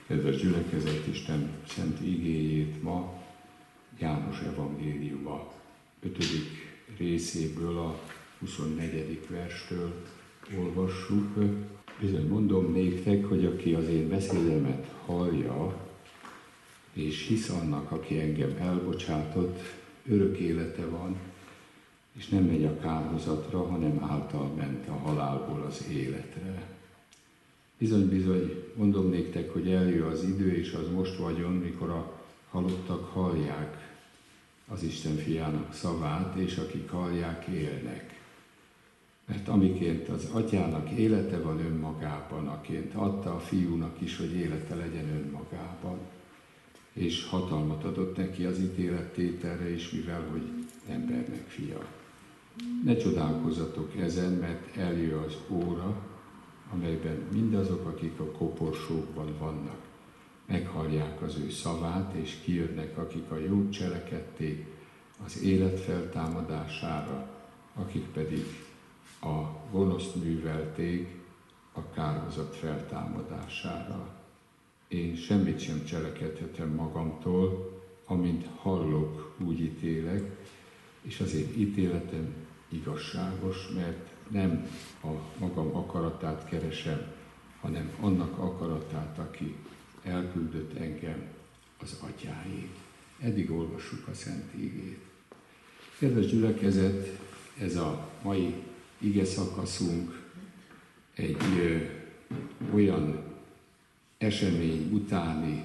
Kedves gyülekezet, Isten szent igéjét ma János evangéliuma 5. részéből, a 24. verstől olvassuk. Bizony mondom néktek, hogy aki az én beszédemet hallja, és hisz annak, aki engem elbocsátott, örök élete van, és nem megy a kárhozatra, hanem által ment a halálból az életre. Bizony, mondom néktek, hogy eljön az idő, és az most vagyon, mikor a halottak hallják az Isten fiának szavát, és akik hallják, élnek. Mert amiként az atyának élete van önmagában, aként adta a fiúnak is, hogy élete legyen önmagában, és hatalmat adott neki az ítélettételre is, mivel hogy embernek fia. Ne csodálkozzatok ezen, mert eljön az óra, amelyben mindazok, akik a koporsókban vannak, meghallják az ő szavát, és kijönnek, akik a jót cselekedték az élet feltámadására, akik pedig a gonoszt művelték a kárhozat feltámadására. Én semmit sem cselekedhetem magamtól, amint hallok, úgy ítélek, és az én ítéletem igazságos, mert nem a magam akaratát keresem, hanem annak akaratát, aki elküldött engem, az atyáét. Eddig olvassuk a Szent Igét. Kedves gyülekezet, ez a mai ige szakaszunk egy olyan esemény utáni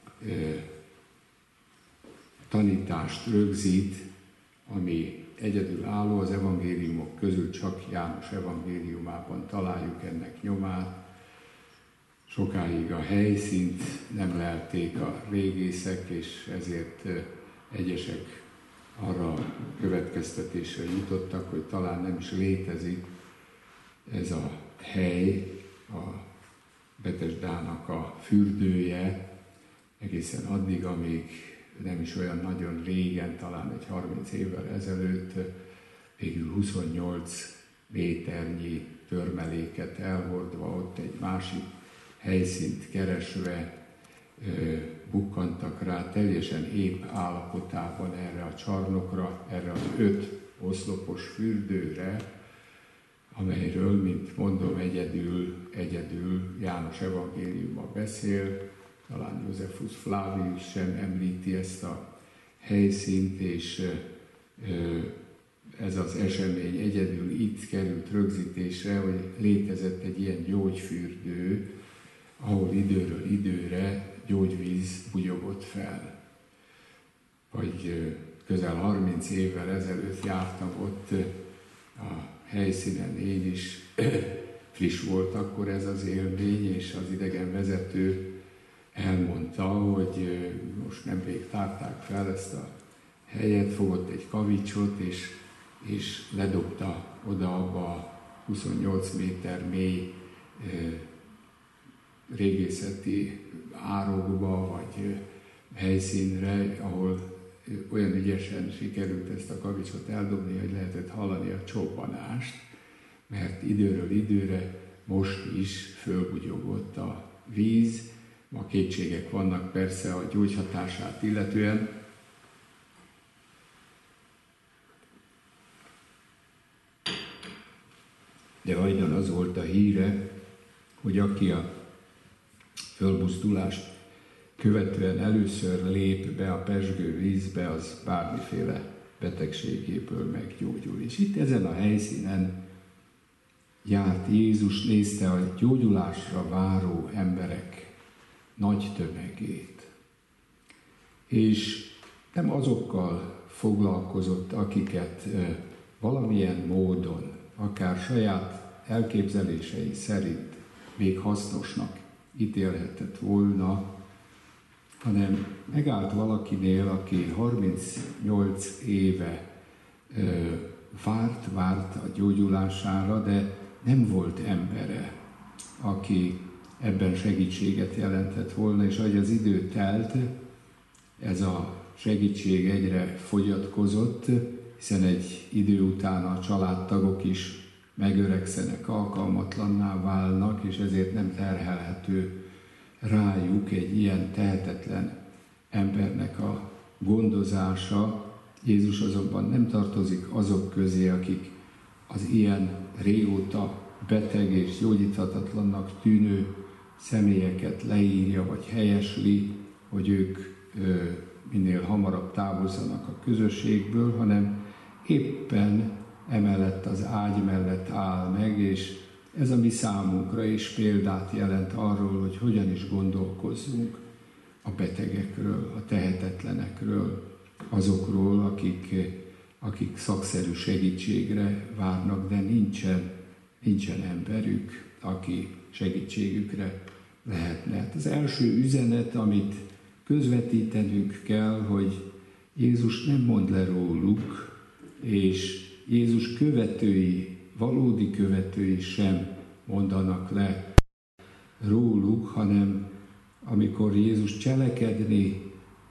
tanítást rögzít, ami egyedülálló, az evangéliumok közül csak János evangéliumában találjuk ennek nyomát. Sokáig a helyszínt nem lelték a régészek, és ezért egyesek arra következtetésre jutottak, hogy talán nem is létezik ez a hely, a Betesdának a fürdője, egészen addig, amíg nem is olyan nagyon régen, talán egy 30 évvel ezelőtt végül 28 méternyi törmeléket elhordva, ott egy másik helyszínt keresve bukkantak rá teljesen épp állapotában erre a csarnokra, erre az 5 oszlopos fürdőre, amelyről, mint mondom, egyedül János evangéliuma beszél. Talán Josephus Flavius sem említi ezt a helyszínt, és ez az esemény egyedül itt került rögzítésre, hogy létezett egy ilyen gyógyfürdő, ahol időről időre gyógyvíz bugyogott fel. Vagy közel 30 évvel ezelőtt jártam ott a helyszínen én is, friss volt akkor ez az élmény, és az idegenvezető elmondta, hogy most nemrég tárták fel ezt a helyet, fogott egy kavicsot, és ledobta oda abba a 28 méter mély régészeti árokba, vagy helyszínre, ahol olyan ügyesen sikerült ezt a kavicsot eldobni, hogy lehetett hallani a csobbanást, mert időről időre most is fölbugyogott a víz. Ma kétségek vannak persze a gyógyhatását illetően, de hajdan az volt a híre, hogy aki a fölbuzdulást követően először lép be a pezsgő vízbe, az bármiféle betegségéből meggyógyul. És itt ezen a helyszínen járt Jézus, nézte a gyógyulásra váró emberek nagy tömegét. És nem azokkal foglalkozott, akiket valamilyen módon, akár saját elképzelései szerint még hasznosnak ítélhetett volna, hanem megállt valakinél, aki 38 éve várt a gyógyulására, de nem volt embere, aki ebben segítséget jelentett volna, és ahogy az idő telt, ez a segítség egyre fogyatkozott, hiszen egy idő után a családtagok is megöregszenek, alkalmatlanná válnak, és ezért nem terhelhető rájuk egy ilyen tehetetlen embernek a gondozása. Jézus azonban nem tartozik azok közé, akik az ilyen régóta beteg és gyógyíthatatlannak tűnő személyeket leírja vagy helyesli, hogy ők minél hamarabb távozzanak a közösségből, hanem éppen emellett az ágy mellett áll meg, és ez a mi számunkra is példát jelent arról, hogy hogyan is gondolkozzunk a betegekről, a tehetetlenekről, azokról, akik szakszerű segítségre várnak, de nincsen emberük, aki segítségükre lehetne. Hát az első üzenet, amit közvetítenünk kell, hogy Jézus nem mond le róluk, és Jézus követői, valódi követői sem mondanak le róluk, hanem amikor Jézus cselekedni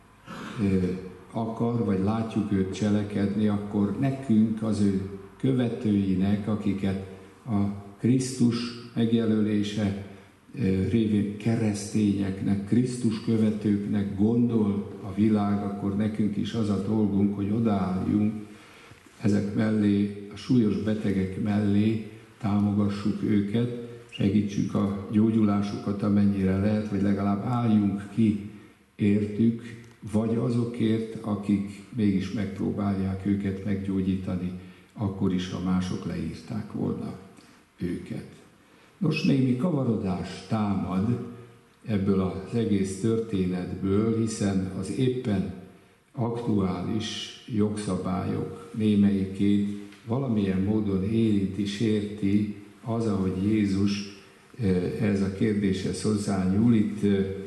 akar, vagy látjuk őt cselekedni, akkor nekünk, az ő követőinek, akiket a Krisztus megjelölése révén keresztényeknek, Krisztus követőknek gondol a világ, akkor nekünk is az a dolgunk, hogy odaálljunk ezek mellé, a súlyos betegek mellé, támogassuk őket, segítsük a gyógyulásukat, amennyire lehet, vagy legalább álljunk ki értük, vagy azokért, akik mégis megpróbálják őket meggyógyítani, akkor is, ha mások leírták volna őket. Nos, némi kavarodás támad ebből az egész történetből, hiszen az éppen aktuális jogszabályok némelyikét valamilyen módon érinti, sérti az, ahogy Jézus ez a kérdéshez hozzányúl. Itt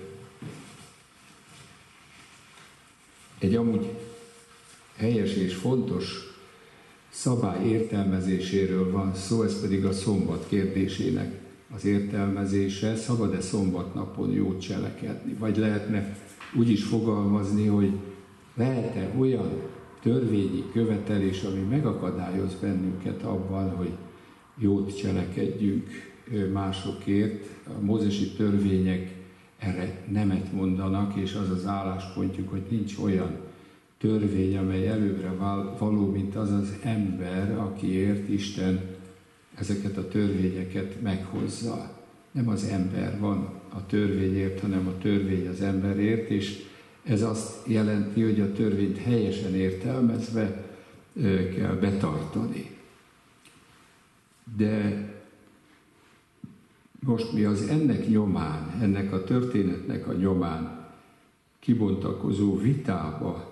egy amúgy helyes és fontos szabály értelmezéséről van szó, ez pedig a szombat kérdésének az értelmezése. Szabad-e szombatnapon jót cselekedni? Vagy lehetne úgy is fogalmazni, hogy lehet-e olyan törvényi követelés, ami megakadályoz bennünket abban, hogy jót cselekedjünk másokért. A mózesi törvények erre nemet mondanak, és az az álláspontjuk, hogy nincs olyan törvény, amely előbbre való, mint az az ember, akiért Isten ezeket a törvényeket meghozza. Nem az ember van a törvényért, hanem a törvény az emberért, és ez azt jelenti, hogy a törvényt helyesen értelmezve kell betartani. De most mi az ennek nyomán, ennek a történetnek a nyomán kibontakozó vitába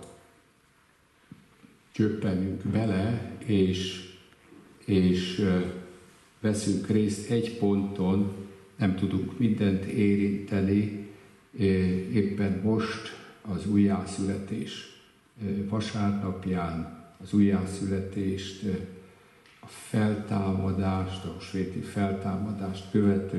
csöppenünk bele, és veszünk részt egy ponton, nem tudunk mindent érinteni, éppen most az újjászületés vasárnapján, az újjászületést, a feltámadást, a húsvéti feltámadást követő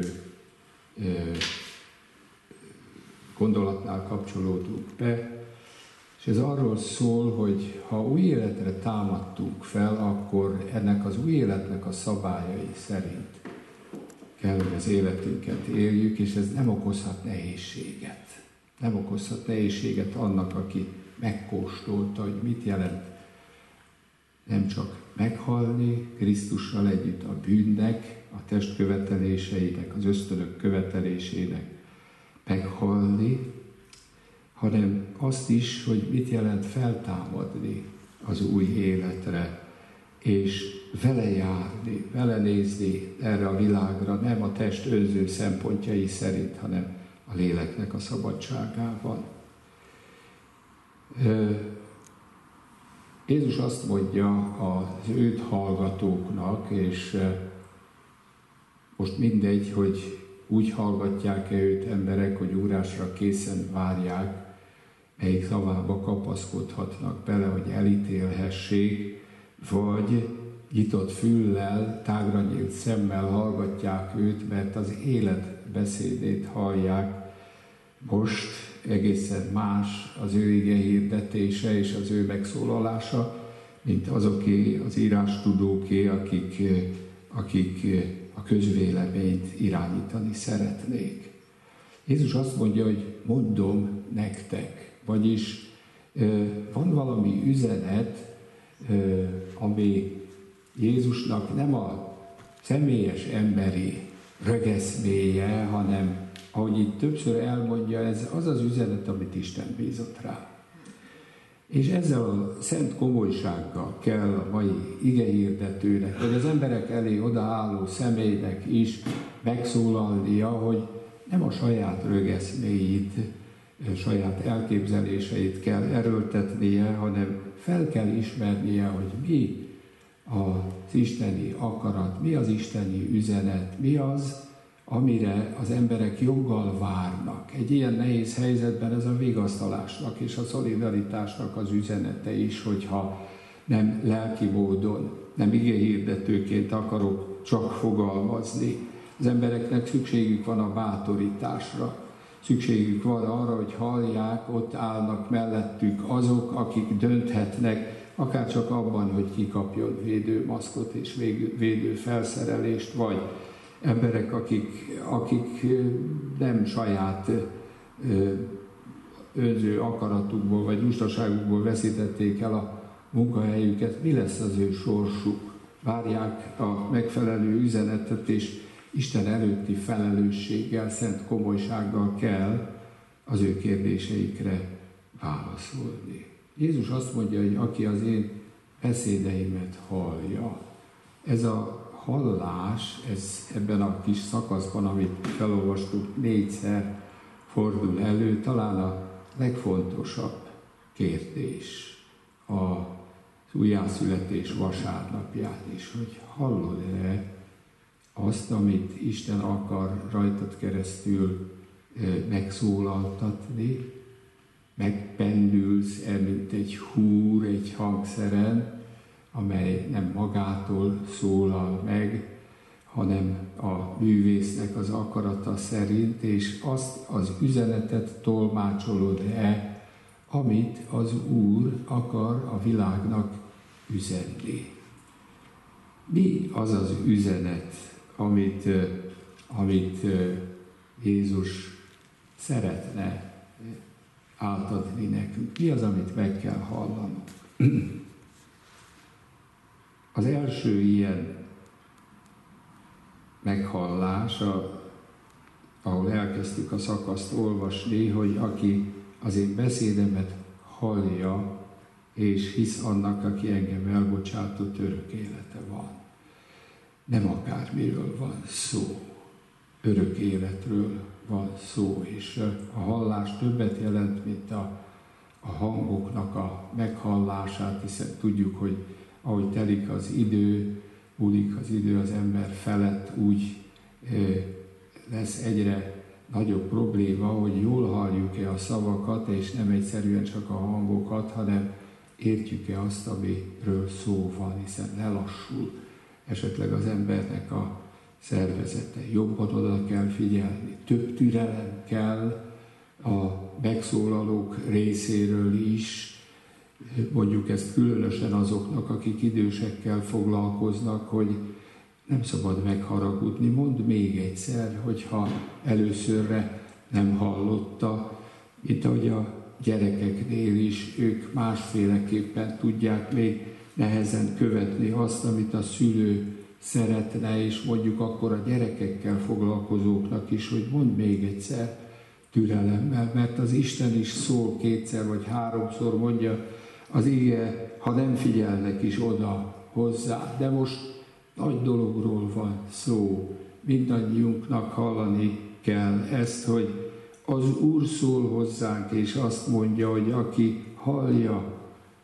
gondolatnál kapcsolódunk be, és ez arról szól, hogy ha új életre támadtunk fel, akkor ennek az új életnek a szabályai szerint kell, hogy az életünket éljük, és ez nem okozhat nehézséget. Nem okozhat nehézséget annak, aki megkóstolta, hogy mit jelent nem csak meghalni Krisztussal együtt a bűnnek, a test követeléseinek, az ösztönök követelésének meghalni, hanem azt is, hogy mit jelent feltámadni az új életre, és vele járni, vele nézni erre a világra, nem a test önző szempontjai szerint, hanem a léleknek a szabadságában. Jézus azt mondja az őt hallgatóknak, és most mindegy, hogy úgy hallgatják-e őt emberek, hogy úrásra készen várják, melyik szavába kapaszkodhatnak bele, hogy elítélhessék, vagy nyitott füllel, tágra nyílt szemmel hallgatják őt, mert az élet beszédét hallják. Most egészen más az ő ige hirdetése és az ő megszólalása, mint azoké, az írástudóké, akik a közvéleményt irányítani szeretnék. Jézus azt mondja, hogy mondom nektek, vagyis van valami üzenet, ami Jézusnak nem a személyes emberi rögeszméje, hanem ahogy itt többször elmondja, ez az az üzenet, amit Isten bízott rá. És ezzel a szent komolysággal kell a mai igehirdetőnek, vagy az emberek elé odaálló személynek is megszólalnia, hogy nem a saját rögeszméit, saját elképzeléseit kell erőltetnie, hanem fel kell ismernie, hogy mi az isteni akarat, mi az isteni üzenet, mi az, amire az emberek joggal várnak. Egy ilyen nehéz helyzetben ez a vigasztalásnak és a szolidaritásnak az üzenete is, hogyha nem lelki módon, nem igehirdetőként akarok csak fogalmazni. Az embereknek szükségük van a bátorításra, szükségük van arra, hogy hallják, ott állnak mellettük azok, akik dönthetnek, akár csak abban, hogy ki kapjon védőmaszkot és védőfelszerelést, vagy emberek, akik nem saját önző akaratukból vagy lustaságukból veszítették el a munkahelyüket, mi lesz az ő sorsuk? Várják a megfelelő üzenetet, és Isten előtti felelősséggel, szent komolysággal kell az ő kérdéseikre válaszolni. Jézus azt mondja, hogy aki az én beszédeimet hallja, ez a hallás, ez ebben a kis szakaszban, amit felolvastuk, 4-szer fordul elő, talán a legfontosabb kérdés az újjászületés vasárnapján is, hogy hallod-e azt, amit Isten akar rajtad keresztül megszólaltatni, megpendülsz-e, mint egy húr egy hangszeren, amely nem magától szólal meg, hanem a művésznek az akarata szerint, és azt az üzenetet tolmácsolod-e, amit az Úr akar a világnak üzenni. Mi az az üzenet, amit Jézus szeretne átadni nekünk? Mi az, amit meg kell hallanunk? Az első ilyen meghallás, ahol elkezdtük a szakaszt olvasni, hogy aki az én beszédemet hallja, és hisz annak, aki engem elbocsátott, örök élete van. Nem akármiről van szó, örök életről van szó, és a hallás többet jelent, mint a hangoknak a meghallását, hiszen tudjuk, hogy ahogy telik az idő, múlik az idő az ember felett, úgy lesz egyre nagyobb probléma, hogy jól halljuk-e a szavakat, és nem egyszerűen csak a hangokat, hanem értjük-e azt, amiről szó van, hiszen lelassul esetleg az embernek a szervezete. Jobban oda kell figyelni, több türelem kell a megszólalók részéről is, mondjuk ezt különösen azoknak, akik idősekkel foglalkoznak, hogy nem szabad megharagudni. Mondd még egyszer, hogyha előszörre nem hallotta, mint ahogy a gyerekeknél is, ők másféleképpen tudják még nehezen követni azt, amit a szülő szeretne, és mondjuk akkor a gyerekekkel foglalkozóknak is, hogy mondd még egyszer türelemmel, mert az Isten is szól 2-szer vagy 3-szor, mondja az ige, ha nem figyelnek is oda hozzá. De most nagy dologról van szó. Mindannyiunknak hallani kell ezt, hogy az Úr szól hozzánk, és azt mondja, hogy aki hallja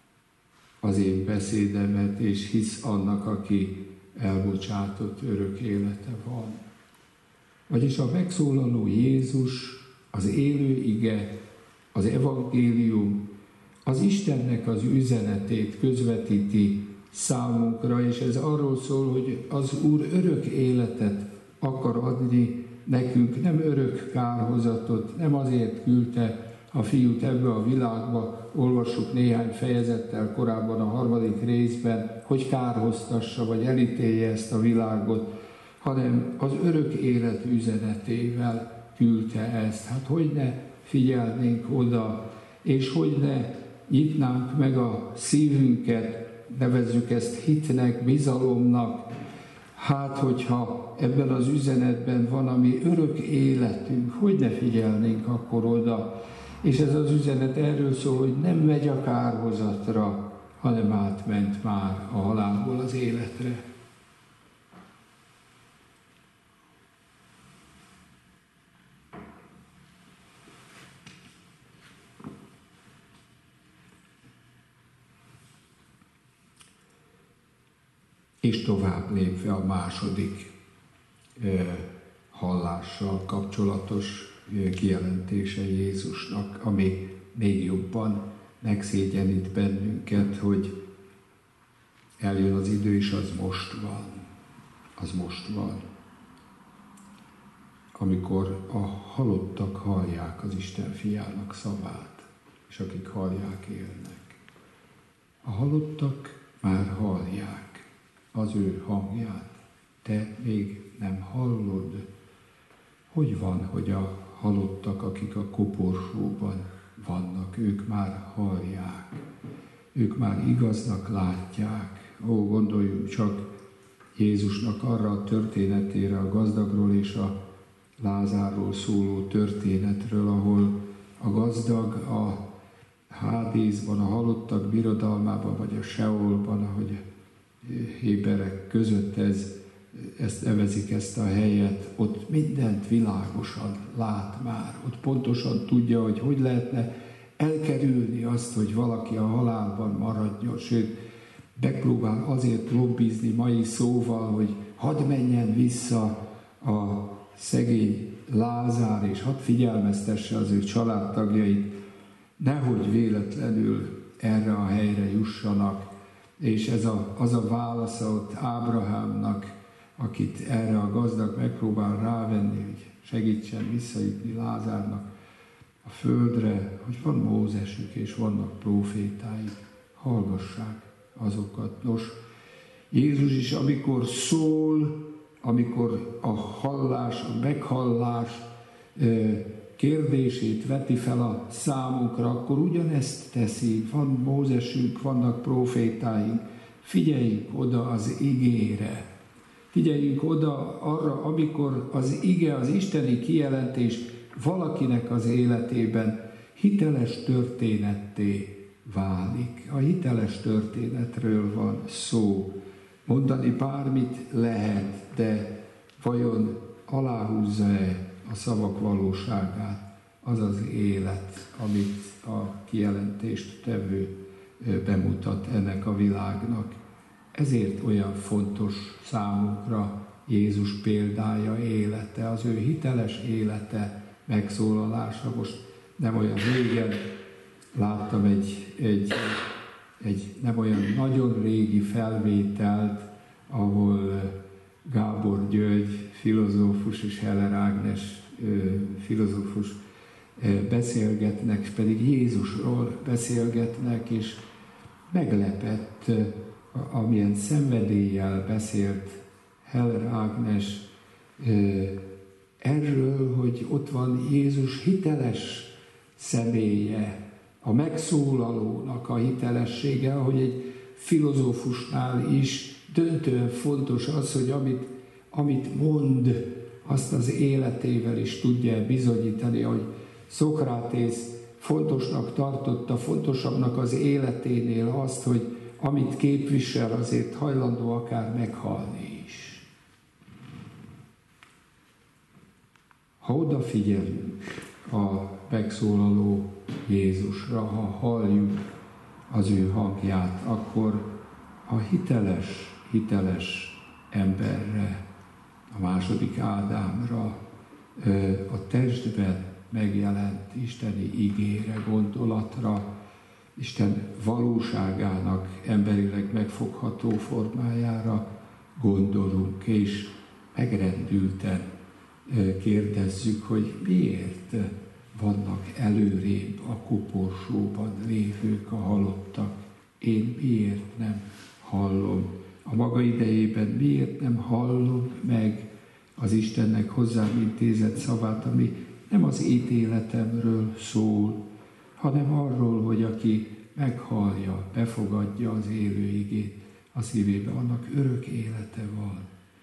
az én beszédemet, és hisz annak, aki elbocsátott, örök élete van. Vagyis a megszólaló Jézus, az élő ige, az evangélium, az Istennek az üzenetét közvetíti számunkra, és ez arról szól, hogy az Úr örök életet akar adni nekünk, nem örök kárhozatot, nem azért küldte a fiút ebbe a világba, olvassuk néhány fejezettel korábban a 3. részben, hogy kárhoztassa, vagy elítélje ezt a világot, hanem az örök élet üzenetével küldte ezt. Hát hogy ne figyelnénk oda, és hogy ne nyitnánk meg a szívünket, nevezzük ezt hitnek, bizalomnak. Hát, hogyha ebben az üzenetben van a mi örök életünk, hogy ne figyelnénk akkor oda. És ez az üzenet erről szól, hogy nem megy a kárhozatra, hanem átment már a halálból az életre. És tovább lépve a második hallással kapcsolatos kijelentése Jézusnak, ami még jobban megszégyenít bennünket, hogy eljön az idő, és az most van. Az most van. Amikor a halottak hallják az Isten fiának szavát, és akik hallják, élnek. A halottak már hallják az ő hangját, te még nem hallod. Hogy van, hogy a halottak, akik a koporsóban vannak, ők már hallják, ők már igaznak látják. Ó, gondoljunk csak Jézusnak arra a történetére, a gazdagról és a Lázárról szóló történetről, ahol a gazdag a Hádészban, a halottak birodalmában, vagy a Seolban, ahogy héberek között ezt nevezik, ezt a helyet, ott mindent világosan lát már, ott pontosan tudja, hogy lehetne elkerülni azt, hogy valaki a halálban maradjon, sőt, megpróbál azért lobbizni mai szóval, hogy hadd menjen vissza a szegény Lázár, és hadd figyelmeztesse az ő családtagjait, nehogy véletlenül erre a helyre jussanak. És ez az a válasza ott Ábrahámnak, akit erre a gazdag megpróbál rávenni, hogy segítsen visszajutni Lázárnak a földre, hogy van Mózesük és vannak prófétáik, hallgassák azokat. Nos, Jézus is, amikor szól, amikor a hallás, a meghallás kérdését veti fel a számunkra, akkor ugyanezt teszi. Van Mózesünk, vannak prófétáink. Figyeljünk oda az igére. Figyeljünk oda arra, amikor az ige, az isteni kijelentés valakinek az életében hiteles történetté válik. A hiteles történetről van szó. Mondani bármit lehet, de vajon aláhúzza-e a szavak valóságát, az az élet, amit a kijelentést tevő bemutat ennek a világnak. Ezért olyan fontos számunkra Jézus példája, élete, az ő hiteles élete, megszólalása. Most nem olyan régen láttam egy nem olyan nagyon régi felvételt, ahol Gábor György filozófus és Heller Ágnes filozófus beszélgetnek, és pedig Jézusról beszélgetnek, és meglepett, amilyen szenvedéllyel beszélt Heller Ágnes erről, hogy ott van Jézus hiteles személye, a megszólalónak a hitelessége, hogy egy filozófusnál is döntően fontos az, hogy amit mond, azt az életével is tudja bizonyítani, hogy Szokratész fontosnak tartotta, fontosabbnak az életénél azt, hogy amit képvisel, azért hajlandó akár meghalni is. Ha odafigyelünk a megszólaló Jézusra, ha halljuk az ő hangját, akkor a hiteles emberre, a második Ádámra, a testben megjelent isteni igére, gondolatra, Isten valóságának emberileg megfogható formájára gondolunk, és megrendülten kérdezzük, hogy miért vannak előrébb a koporsóban lévők, a halottak. Én miért nem hallom? A maga idejében miért nem hallom meg az Istennek hozzám intézett szavát, ami nem az ítéletemről szól, hanem arról, hogy aki meghallja, befogadja az élő igét a szívébe, annak örök élete van.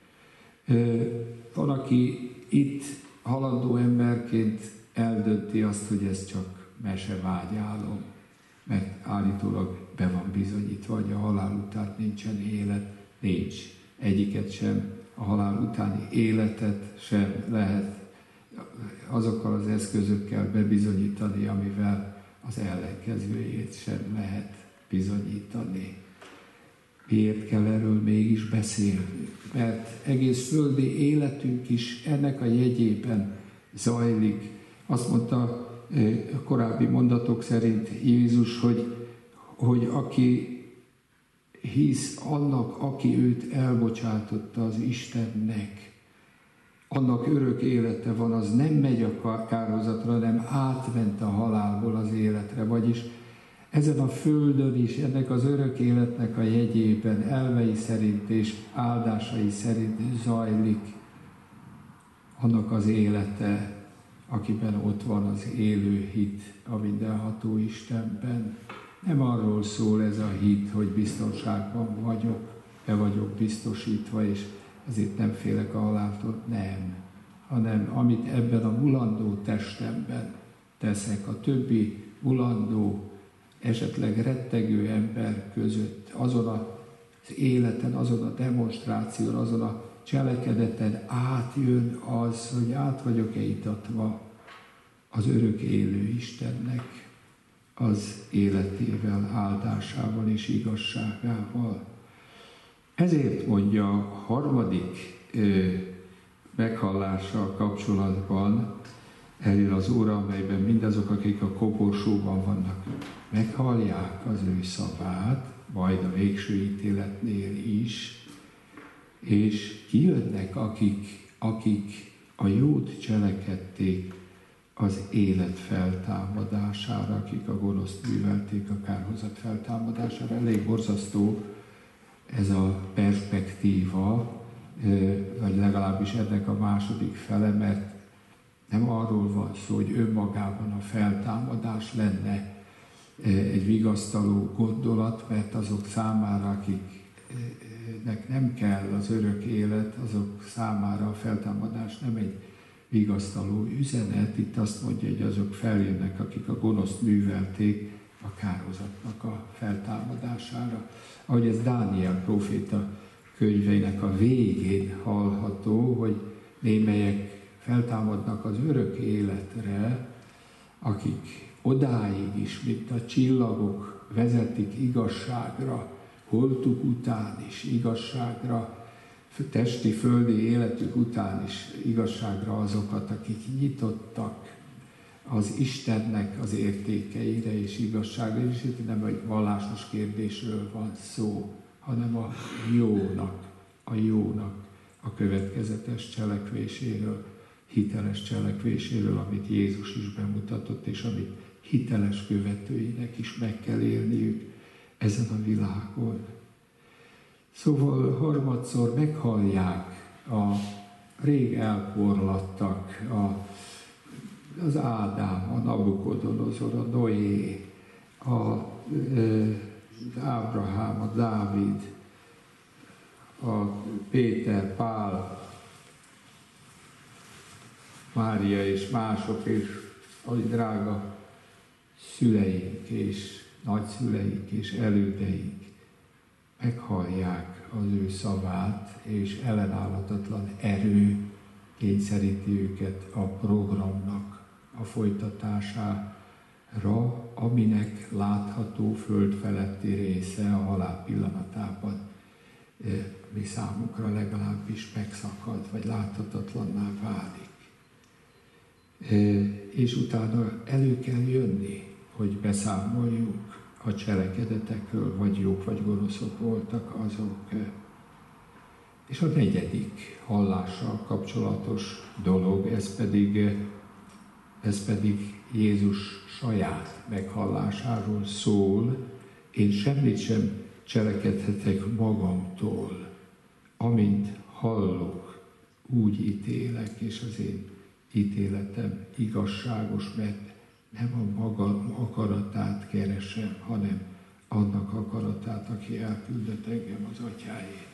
Van, aki itt halandó emberként eldönti azt, hogy ez csak mesevágyálom, mert állítólag be van bizonyítva, hogy a halál után nincsen élet, nincs. Egyiket sem, a halál utáni életet sem lehet azokkal az eszközökkel bebizonyítani, amivel az ellenkezőjét sem lehet bizonyítani. Miért kell erről mégis beszélni? Mert egész földi életünk is ennek a jegyében zajlik. Azt mondta a korábbi mondatok szerint Jézus, hogy aki hisz annak, aki őt elbocsátotta az Istennek, annak örök élete van, az nem megy a kárhozatra, hanem átment a halálból az életre. Vagyis ezen a földön is ennek az örök életnek a jegyében, elvei szerint és áldásai szerint zajlik annak az élete, akiben ott van az élő hit a mindenható Istenben. Nem arról szól ez a hit, hogy biztonságban vagyok, be vagyok biztosítva, és ezért nem félek a haláltól, nem. Hanem amit ebben a mulandó testemben teszek, a többi mulandó, esetleg rettegő ember között, azon az életen, azon a demonstráción, azon a cselekedeten átjön az, hogy át vagyok-e itatva az örök élő Istennek az életével, áldásával és igazságával. Ezért mondja a harmadik meghallással kapcsolatban eljön az óra, amelyben mindazok, akik a koporsóban vannak, meghallják az ő szavát, majd a végső ítéletnél is, és kijönnek, akik a jót cselekedték az élet feltámadására, akik a gonoszt művelték a kárhozat feltámadására. Elég borzasztó ez a perspektíva, vagy legalábbis ennek a második fele, mert nem arról van szó, hogy önmagában a feltámadás lenne egy vigasztaló gondolat, mert azok számára, akiknek nem kell az örök élet, azok számára a feltámadás nem egy vigasztaló üzenet. Itt azt mondja, hogy azok feljönnek, akik a gonoszt művelték a kárhozatnak a feltámadására. Ahogy ez Dániel próféta könyveinek a végén hallható, hogy némelyek feltámadnak az örök életre, akik odáig is, mint a csillagok vezetik igazságra, holtuk után is igazságra, testi, földi életük után is igazságra azokat, akik nyitottak az Istennek az értékeire és igazságra, és itt nem egy vallásos kérdésről van szó, hanem a jónak a következetes cselekvéséről, hiteles cselekvéséről, amit Jézus is bemutatott, és amit hiteles követőinek is meg kell élniük ezen a világon. Szóval harmadszor meghallják a rég elporlattak, az Ádám, a Nabukodonozor, a Noé, Ábrahám, a Dávid, a Péter, Pál, Mária és mások, és az drága szüleink és nagyszüleink és elődeink meghallják az ő szavát, és ellenállhatatlan erő kényszeríti őket a programnak a folytatására, aminek látható földfeletti része a halál pillanatában mi számunkra legalábbis megszakad, vagy láthatatlanná válik. És utána elő kell jönni, hogy beszámoljunk a cselekedetekről, vagy jók, vagy gonoszok voltak azok. És a negyedik hallással kapcsolatos dolog, ez pedig Jézus saját meghallásáról szól. Én semmit sem cselekedhetek magamtól, amint hallok, úgy ítélek, és az én ítéletem igazságos, mert nem a maga akaratát keresem, hanem annak akaratát, aki elküldött engem, az Atyáért.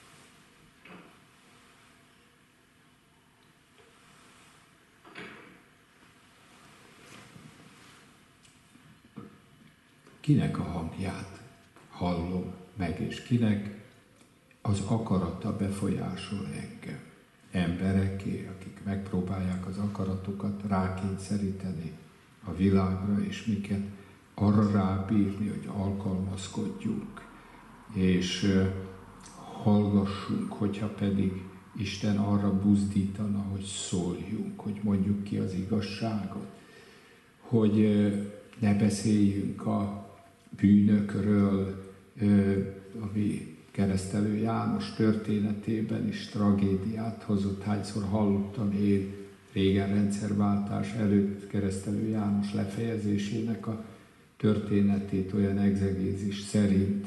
Kinek a hangját hallom meg, és kinek az akarata befolyásol engem? Embereké, akik megpróbálják az akaratukat rákényszeríteni a világra, és minket arra rábírni, hogy alkalmazkodjunk, és hallgassunk, hogyha pedig Isten arra buzdítana, hogy szóljunk, hogy mondjuk ki az igazságot, hogy ne beszéljünk a bűnökről, ami Keresztelő János történetében is tragédiát hozott. Hányszor hallottam én régen rendszerváltás előtt Keresztelő János lefejezésének a történetét olyan egzegézis szerint,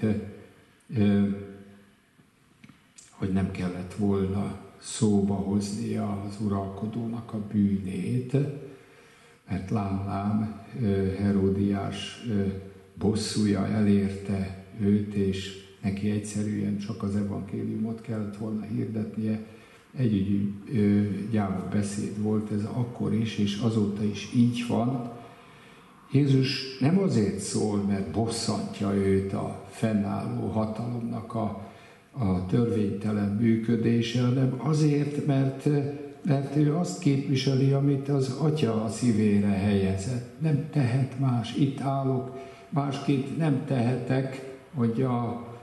hogy nem kellett volna szóba hoznia az uralkodónak a bűnét, mert lám Heródiás bosszúja elérte őt, és neki egyszerűen csak az evangéliumot kellett volna hirdetnie. Együgyű gyáva beszéd volt ez akkor is, és azóta is így van. Jézus nem azért szól, mert bosszantja őt a fennálló hatalomnak a törvénytelen működése, hanem azért, mert ő azt képviseli, amit az Atya a szívére helyezett. Nem tehet más. Itt állok, másként nem tehetek, mondja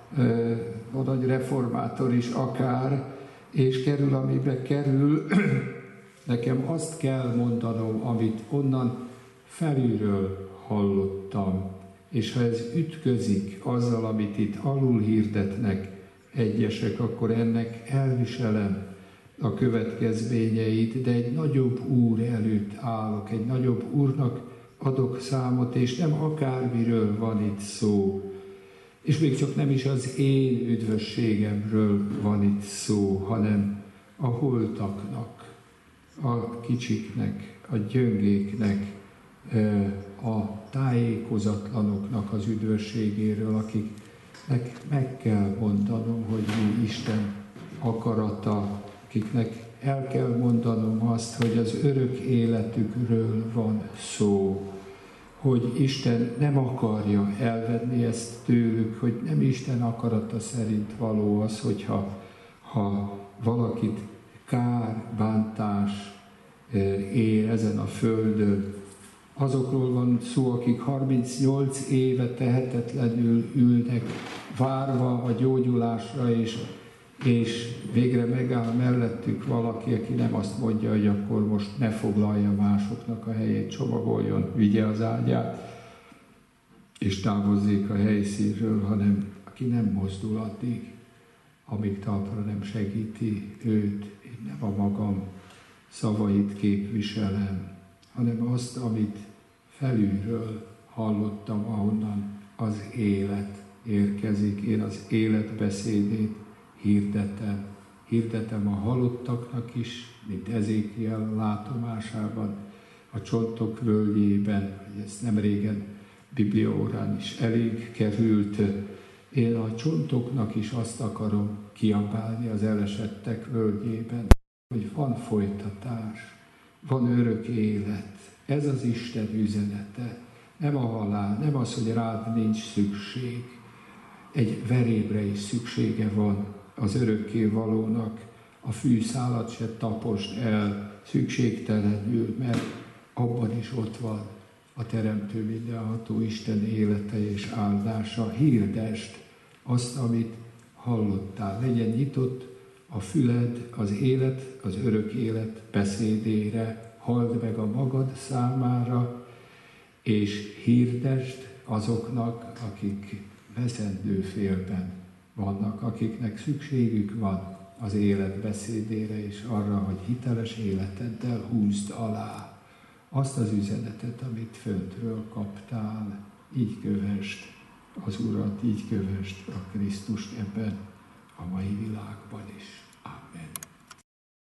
a nagy reformátor is akár, és kerül, amibe kerül. Nekem azt kell mondanom, amit onnan felülről hallottam, és ha ez ütközik azzal, amit itt alul hirdetnek egyesek, akkor ennek elviselem a következményeit, de egy nagyobb Úr előtt állok, egy nagyobb Úrnak adok számot, és nem akármiről van itt szó. És még csak nem is az én üdvösségemről van itt szó, hanem a holtaknak, a kicsiknek, a gyöngéknek, a tájékozatlanoknak az üdvösségéről, akiknek meg kell mondanom, hogy mi Isten akarata, akiknek el kell mondanom azt, hogy az örök életükről van szó, hogy Isten nem akarja elvenni ezt tőlük, hogy nem Isten akarata szerint való az, hogyha valakit kár, bántás ér ezen a földön. Azokról van szó, akik 38 éve tehetetlenül ülnek, várva a gyógyulásra, és végre megáll mellettük valaki, aki nem azt mondja, hogy akkor most ne foglalja másoknak a helyét, csomagoljon, vigye az ágyát, és távozzék a helyszínről, hanem aki nem mozdul addig, amíg talpra nem segíti őt. Én nem a magam szavait képviselem, hanem azt, amit felülről hallottam, ahonnan az élet érkezik. Én az élet beszédét hirdetem a halottaknak is, mint Ezékiel látomásában, a csontok völgyében, hogy ez nem régen bibliaórán is elég került. Én a csontoknak is azt akarom kiabálni az elesettek völgyében, hogy van folytatás, van örök élet. Ez az Isten üzenete. Nem a halál, nem az, hogy rád nincs szükség. Egy verébre is szüksége van az örökkévalónak. A fűszálat se taposd el szükségtelenül, mert abban is ott van a Teremtő mindenható Isten élete és áldása. Hirdesd azt, amit hallottál. Legyen nyitott a füled az élet, az örök élet beszédére. Halld meg a magad számára, és hirdesd azoknak, akik veszendő félben vannak, akiknek szükségük van az élet beszédére, és arra, hogy hiteles életeddel húzd alá azt az üzenetet, amit föntről kaptál. Így kövesd az Urat, így kövesd a Krisztust ebben a mai világban is. Amen.